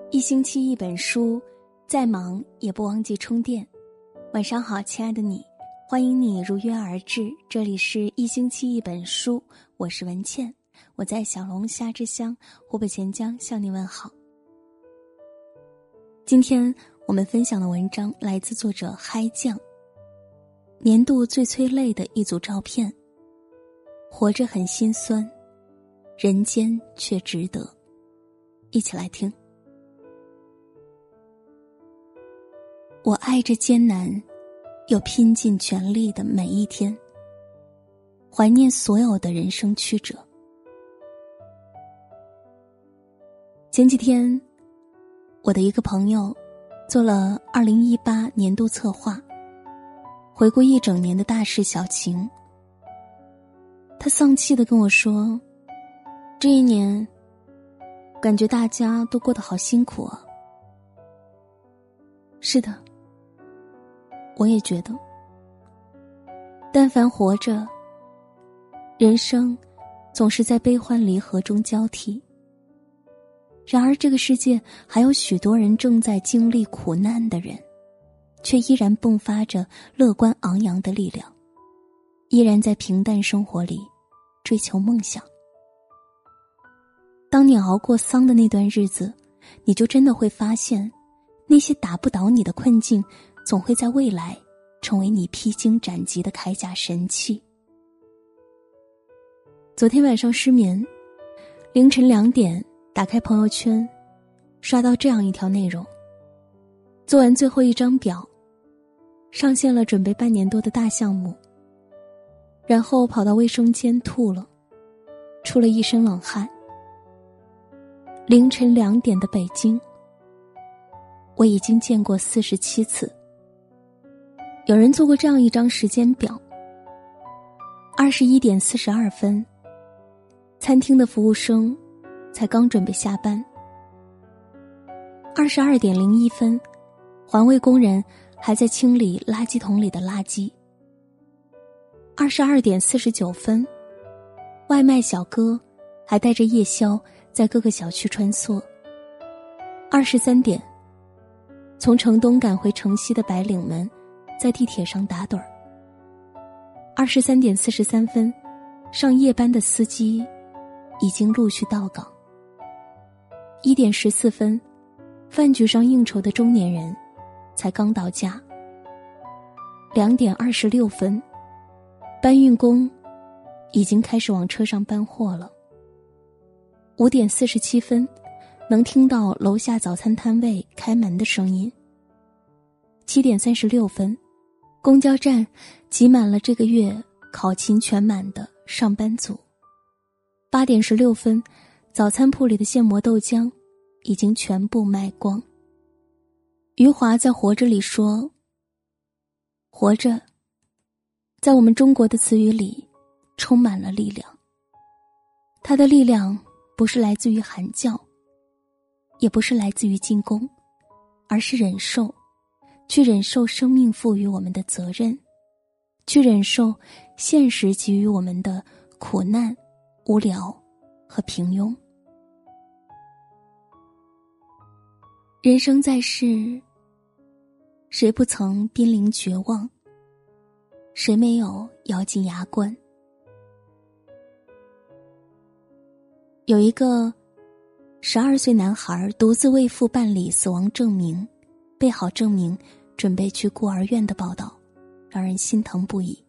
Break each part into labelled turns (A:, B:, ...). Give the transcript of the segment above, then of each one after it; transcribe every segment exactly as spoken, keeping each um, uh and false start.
A: 一星期一本书，再忙也不忘记充电。晚上好，亲爱的你，欢迎你如约而至，这里是一星期一本书，我是文倩，我在小龙虾之乡湖北潜江向你问好。今天我们分享的文章来自作者嗨酱。年度最催泪的一组照片，活着很心酸，人间却值得。一起来听。我爱着艰难又拼尽全力的每一天，怀念所有的人生曲折。前几天我的一个朋友做了二零一八年度策划，回顾一整年的大事小情。他丧气地跟我说，这一年感觉大家都过得好辛苦啊。是的，我也觉得，但凡活着，人生总是在悲欢离合中交替。然而这个世界还有许多人正在经历苦难的人，却依然迸发着乐观昂扬的力量，依然在平淡生活里追求梦想。当你熬过丧的那段日子，你就真的会发现，那些打不倒你的困境总会在未来成为你披荆斩棘的铠甲神器。昨天晚上失眠，凌晨两点打开朋友圈，刷到这样一条内容：做完最后一张表，上线了准备半年多的大项目，然后跑到卫生间吐了，出了一身冷汗。凌晨两点的北京，我已经见过四十七次。有人做过这样一张时间表：二十一点四十二分，餐厅的服务生才刚准备下班；二十二点零一分，环卫工人还在清理垃圾桶里的垃圾；二十二点四十九分，外卖小哥还带着夜宵在各个小区穿梭；二十三点，从城东赶回城西的白领们在地铁上打盹儿；二十三点四十三分，上夜班的司机已经陆续到岗；一点十四分，饭局上应酬的中年人才刚到家；两点二十六分，搬运工已经开始往车上搬货了；五点四十七分，能听到楼下早餐摊位开门的声音；七点三十六分，公交站挤满了这个月考勤全满的上班族；八点十六分，早餐铺里的现磨豆浆已经全部卖光。余华在《活着》里说，活着在我们中国的词语里充满了力量，它的力量不是来自于喊叫，也不是来自于进攻，而是忍受，去忍受生命赋予我们的责任，去忍受现实给予我们的苦难、无聊和平庸。人生在世，谁不曾濒临绝望？谁没有咬紧牙关？有一个十二岁男孩独自为父办理死亡证明，备好证明准备去孤儿院的报道，让人心疼不已。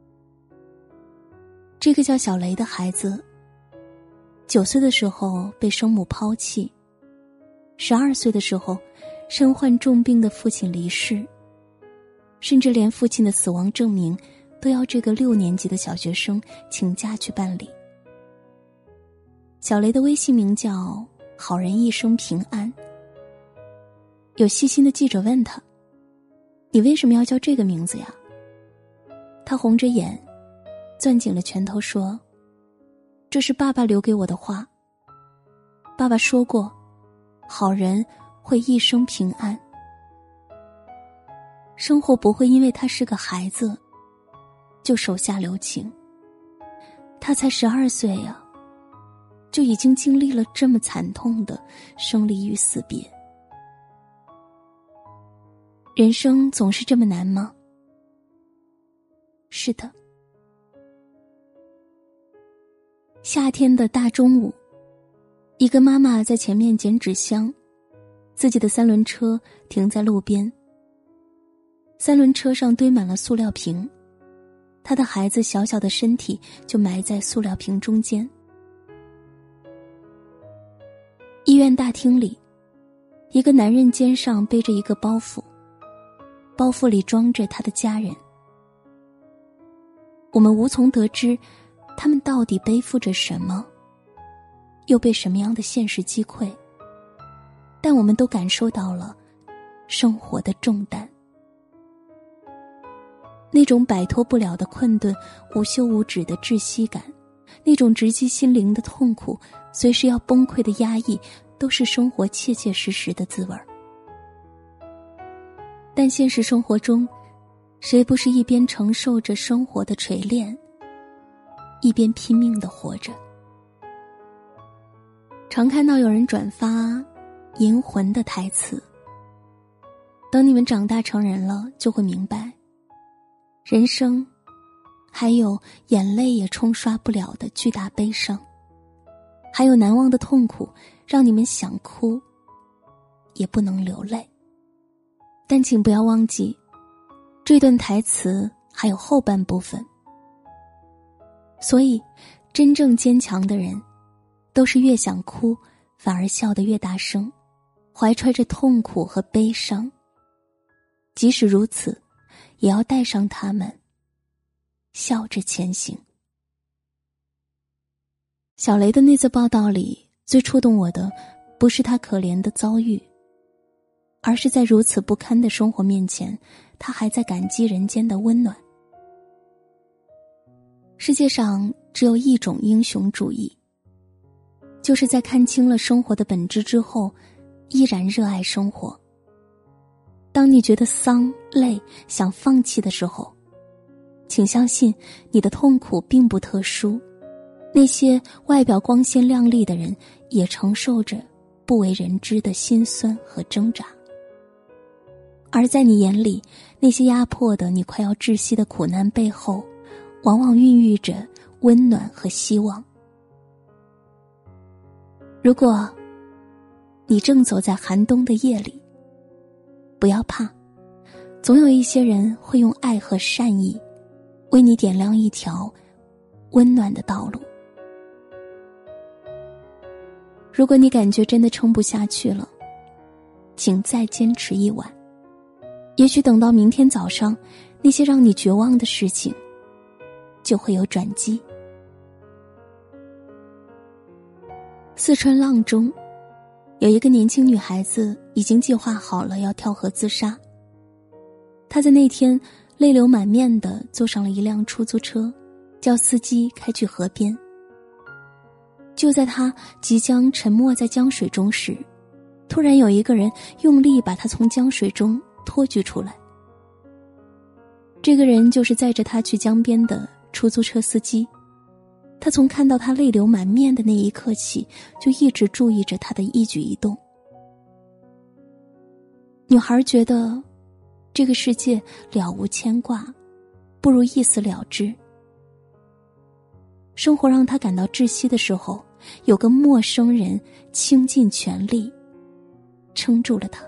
A: 这个叫小雷的孩子，九岁的时候被生母抛弃，十二岁的时候身患重病的父亲离世，甚至连父亲的死亡证明都要这个六年级的小学生请假去办理。小雷的微信名叫好人一生平安。有细心的记者问他，你为什么要叫这个名字呀？他红着眼攥紧了拳头说，这是爸爸留给我的话。爸爸说过，好人会一生平安。生活不会因为他是个孩子就手下留情。他才十二岁呀、啊，就已经经历了这么惨痛的生离与死别。 人生总是这么难吗？是的。夏天的大中午，一个妈妈在前面捡纸箱，自己的三轮车停在路边。三轮车上堆满了塑料瓶，她的孩子小小的身体就埋在塑料瓶中间。医院大厅里，一个男人肩上背着一个包袱，包袱里装着他的家人。我们无从得知他们到底背负着什么，又被什么样的现实击溃，但我们都感受到了生活的重担，那种摆脱不了的困顿，无休无止的窒息感，那种直击心灵的痛苦，随时要崩溃的压抑，都是生活切切实实的滋味。但现实生活中，谁不是一边承受着生活的锤炼，一边拼命地活着？常看到有人转发银魂的台词，等你们长大成人了，就会明白，人生还有眼泪也冲刷不了的巨大悲伤，还有难忘的痛苦，让你们想哭也不能流泪。但请不要忘记，这段台词还有后半部分。所以真正坚强的人，都是越想哭反而笑得越大声，怀揣着痛苦和悲伤，即使如此，也要带上他们，笑着前行。小雷的那次报道里，最触动我的不是他可怜的遭遇，而是在如此不堪的生活面前，他还在感激人间的温暖。世界上只有一种英雄主义，就是在看清了生活的本质之后，依然热爱生活。当你觉得丧、累、想放弃的时候，请相信你的痛苦并不特殊，那些外表光鲜亮丽的人也承受着不为人知的辛酸和挣扎。而在你眼里，那些压迫的你快要窒息的苦难背后，往往孕育着温暖和希望。如果你正走在寒冬的夜里，不要怕，总有一些人会用爱和善意为你点亮一条温暖的道路。如果你感觉真的撑不下去了，请再坚持一晚，也许等到明天早上，那些让你绝望的事情就会有转机。四川阆中有一个年轻女孩子，已经计划好了要跳河自杀。她在那天泪流满面地坐上了一辆出租车，叫司机开去河边。就在她即将沉没在江水中时，突然有一个人用力把她从江水中拖举出来。这个人就是载着她去江边的出租车司机。他从看到她泪流满面的那一刻起，就一直注意着她的一举一动。女孩觉得这个世界了无牵挂，不如一死了之。生活让她感到窒息的时候，有个陌生人倾尽全力撑住了她。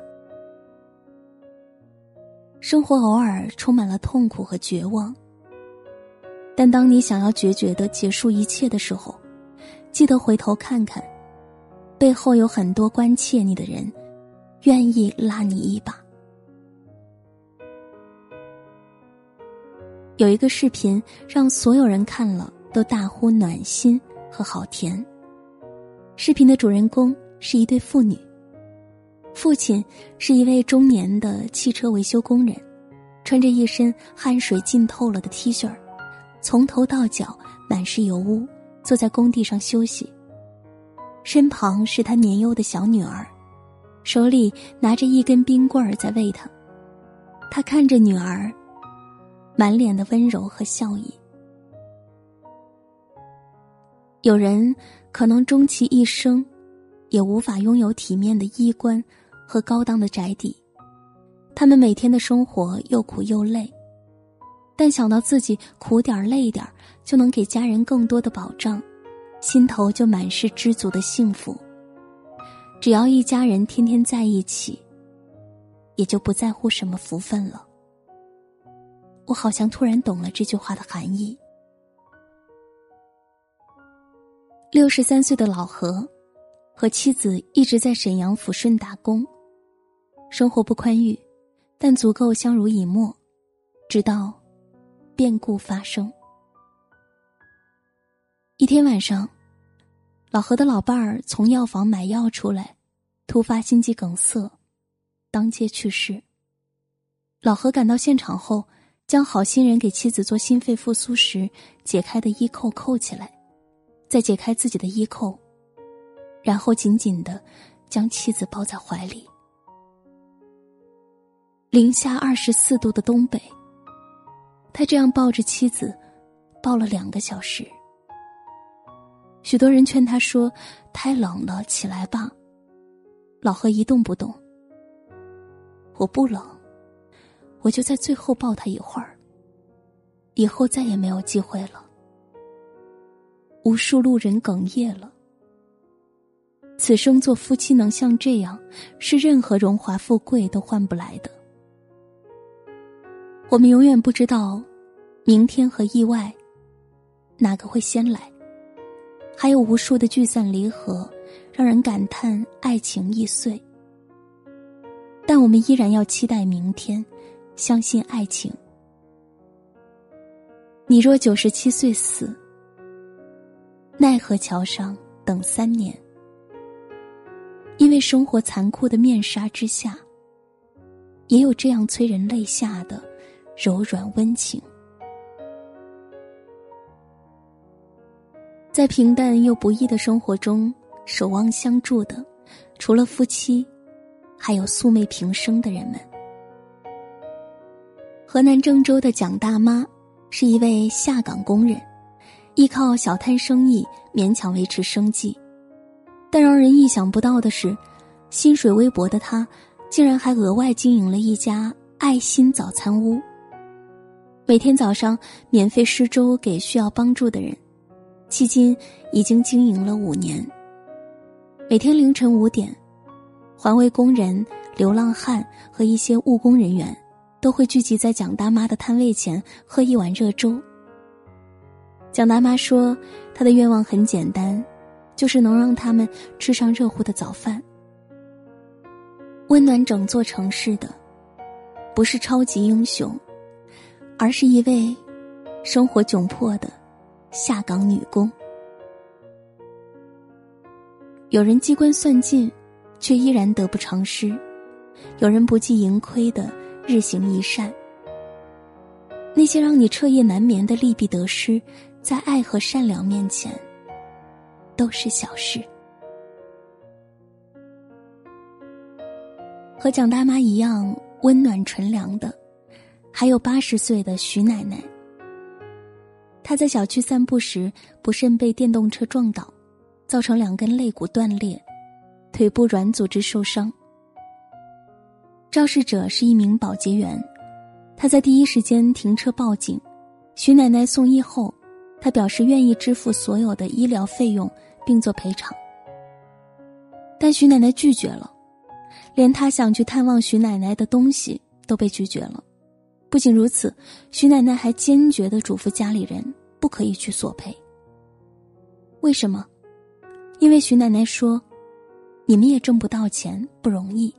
A: 生活偶尔充满了痛苦和绝望，但当你想要决绝地结束一切的时候，记得回头看看，背后有很多关切你的人，愿意拉你一把。有一个视频让所有人看了都大呼暖心和好甜。视频的主人公是一对父女，父亲是一位中年的汽车维修工人，穿着一身汗水浸透了的 T 恤，从头到脚满是油污，坐在工地上休息。身旁是他年幼的小女儿，手里拿着一根冰棍儿在喂她。他看着女儿，满脸的温柔和笑意。有人可能终其一生也无法拥有体面的衣冠和高档的宅邸， 他们每天的生活又苦又累，但想到自己苦点累点就能给家人更多的保障，心头就满是知足的幸福。只要一家人天天在一起，也就不在乎什么福分了。我好像突然懂了这句话的含义。六十三岁的老何和妻子一直在沈阳抚顺打工，生活不宽裕，但足够相濡以沫，直到变故发生。一天晚上，老何的老伴儿从药房买药出来，突发心肌梗塞，当街去世。老何赶到现场后，将好心人给妻子做心肺复苏时解开的衣扣扣起来，再解开自己的衣扣，然后紧紧地将妻子抱在怀里。零下二十四度的东北，他这样抱着妻子抱了两个小时。许多人劝他说，太冷了，起来吧。老何一动不动。我不冷，我就在最后抱他一会儿，以后再也没有机会了。无数路人哽咽了。此生做夫妻能像这样，是任何荣华富贵都换不来的。我们永远不知道明天和意外哪个会先来，还有无数的聚散离合，让人感叹爱情易碎。但我们依然要期待明天，相信爱情。你若九十七岁死，奈何桥上等三年。因为生活残酷的面纱之下，也有这样催人泪下的柔软温情。在平淡又不易的生活中，守望相助的，除了夫妻，还有素昧平生的人们。河南郑州的蒋大妈是一位下岗工人，依靠小摊生意勉强维持生计。但让人意想不到的是，薪水微薄的她竟然还额外经营了一家爱心早餐屋，每天早上免费施粥给需要帮助的人，迄今已经经营了五年。每天凌晨五点，环卫工人、流浪汉和一些务工人员都会聚集在蒋大妈的摊位前喝一碗热粥。蒋大妈说，她的愿望很简单，就是能让他们吃上热乎的早饭。温暖整座城市的，不是超级英雄，而是一位生活窘迫的下岗女工。有人机关算尽，却依然得不偿失；有人不计盈亏的日行一善。那些让你彻夜难眠的利弊得失，在爱和善良面前都是小事。和蒋大妈一样温暖纯良的，还有八十岁的徐奶奶。她在小区散步时不慎被电动车撞倒，造成两根肋骨断裂，腿部软组织受伤。肇事者是一名保洁员，他在第一时间停车报警。徐奶奶送医后，他表示愿意支付所有的医疗费用并做赔偿，但徐奶奶拒绝了，连他想去探望徐奶奶的东西都被拒绝了。不仅如此，徐奶奶还坚决地嘱咐家里人不可以去索赔。为什么？因为徐奶奶说，你们也挣不到钱，不容易。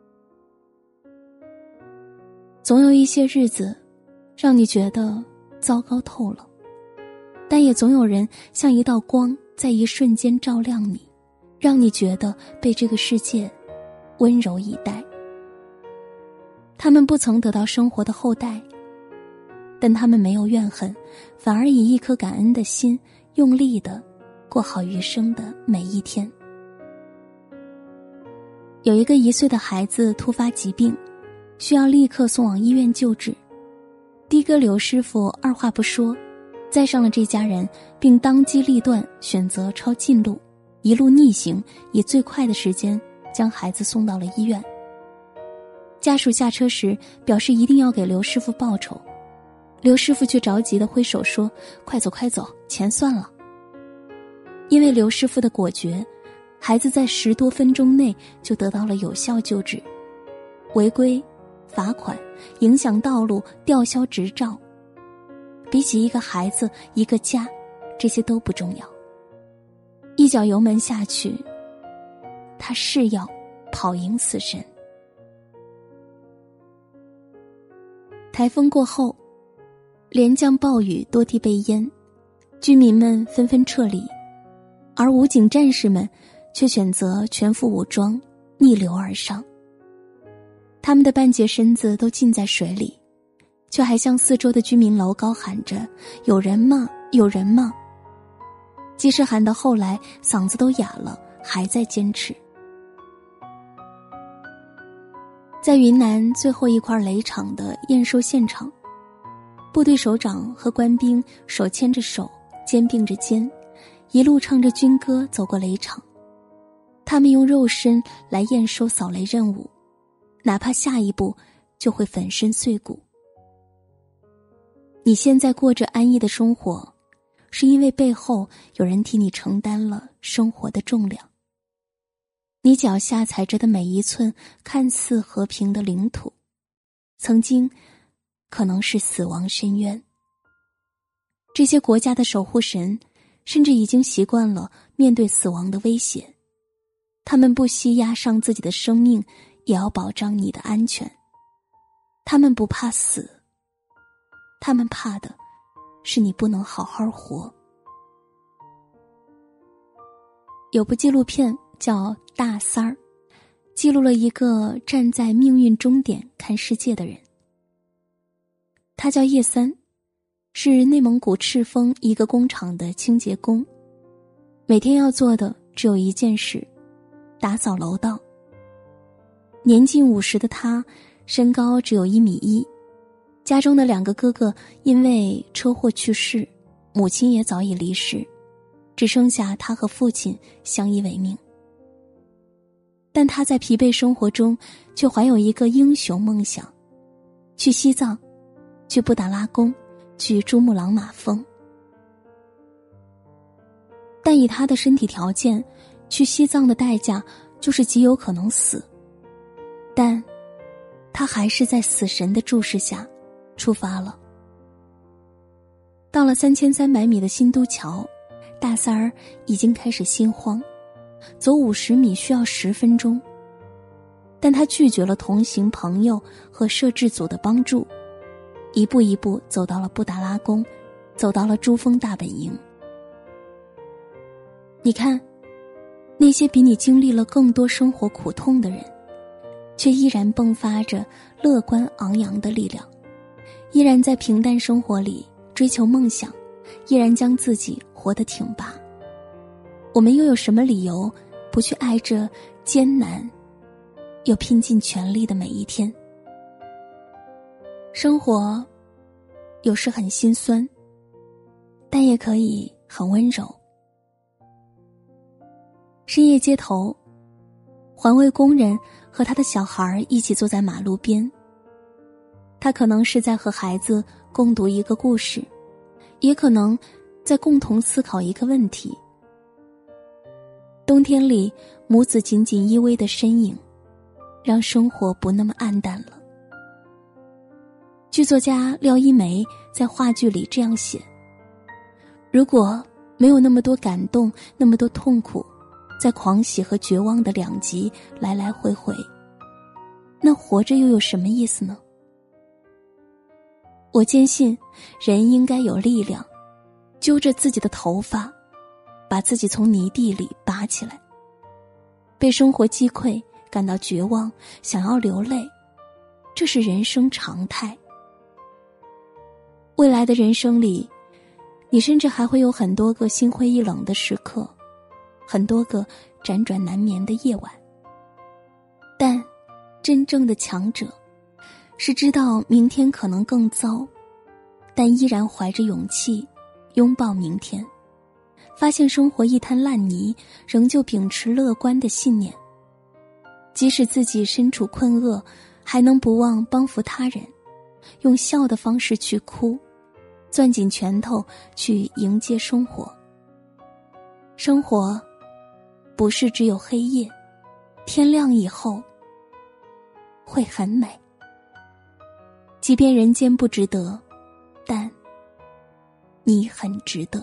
A: 总有一些日子让你觉得糟糕透了，但也总有人像一道光，在一瞬间照亮你，让你觉得被这个世界温柔以待。他们不曾得到生活的厚待，但他们没有怨恨，反而以一颗感恩的心，用力地过好余生的每一天。有一个一岁的孩子突发疾病，需要立刻送往医院救治。的哥刘师傅二话不说，载上了这家人，并当机立断选择抄近路，一路逆行，以最快的时间将孩子送到了医院。 家属下车时表示一定要给刘师傅报酬，刘师傅却着急地挥手说：快走快走，钱算了。因为刘师傅的果决，孩子在十多分钟内就得到了有效救治。违规、罚款、影响道路、吊销执照，比起一个孩子、一个家，这些都不重要。一脚油门下去，他是要跑赢死神。台风过后，连降暴雨，多地被淹，居民们纷纷撤离，而武警战士们却选择全副武装，逆流而上。他们的半截身子都浸在水里，却还向四周的居民楼高喊着：有人吗？有人吗？即使喊到后来嗓子都哑了，还在坚持。在云南最后一块雷场的验收现场，部队首长和官兵手牵着手，肩并着肩，一路唱着军歌走过雷场。他们用肉身来验收扫雷任务，哪怕下一步就会粉身碎骨。你现在过着安逸的生活，是因为背后有人替你承担了生活的重量。你脚下踩着的每一寸看似和平的领土，曾经可能是死亡深渊。这些国家的守护神甚至已经习惯了面对死亡的威胁，他们不惜押上自己的生命，也要保障你的安全。他们不怕死，他们怕的是你不能好好活。有部纪录片叫《大三儿》，记录了一个站在命运终点看世界的人。他叫叶三，是内蒙古赤峰一个工厂的清洁工，每天要做的只有一件事：打扫楼道。年近五十的他，身高只有一米一，家中的两个哥哥因为车祸去世，母亲也早已离世，只剩下他和父亲相依为命。但他在疲惫生活中却怀有一个英雄梦想，去西藏，去布达拉宫，去珠穆朗玛峰。但以他的身体条件，去西藏的代价就是极有可能死。但他还是在死神的注视下出发了。到了三千三百米的新都桥，大三儿已经开始心慌，走五十米需要十分钟。但他拒绝了同行朋友和摄制组的帮助，一步一步走到了布达拉宫，走到了珠峰大本营。你看，那些比你经历了更多生活苦痛的人，却依然迸发着乐观昂扬的力量，依然在平淡生活里追求梦想，依然将自己活得挺拔。我们又有什么理由不去爱这艰难又拼尽全力的每一天？生活有时很心酸，但也可以很温柔。深夜街头，环卫工人和他的小孩一起坐在马路边，他可能是在和孩子共读一个故事，也可能在共同思考一个问题。冬天里母子紧紧依偎的身影，让生活不那么暗淡了。剧作家廖一梅在话剧里这样写：如果没有那么多感动，那么多痛苦，在狂喜和绝望的两极来来回回，那活着又有什么意思呢？我坚信人应该有力量，揪着自己的头发，把自己从泥地里拔起来。被生活击溃，感到绝望，想要流泪，这是人生常态。未来的人生里，你甚至还会有很多个心灰意冷的时刻，很多个辗转难眠的夜晚。但真正的强者是知道明天可能更糟，但依然怀着勇气拥抱明天，发现生活一滩烂泥，仍旧秉持乐观的信念。即使自己身处困厄， 还能不忘帮扶他人，用笑的方式去哭，攥紧拳头去迎接生活。生活不是只有黑夜，天亮以后会很美。即便人间不值得，但你很值得。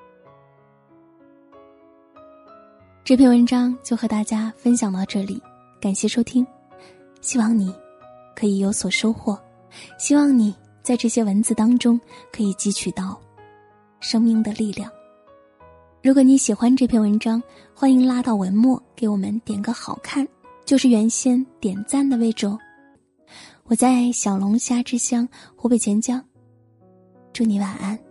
A: 这篇文章就和大家分享到这里，感谢收听，希望你可以有所收获，希望你在这些文字当中可以汲取到生命的力量。如果你喜欢这篇文章，欢迎拉到文末给我们点个好看，就是原先点赞的位置哦。我在小龙虾之乡湖北潜江，祝你晚安。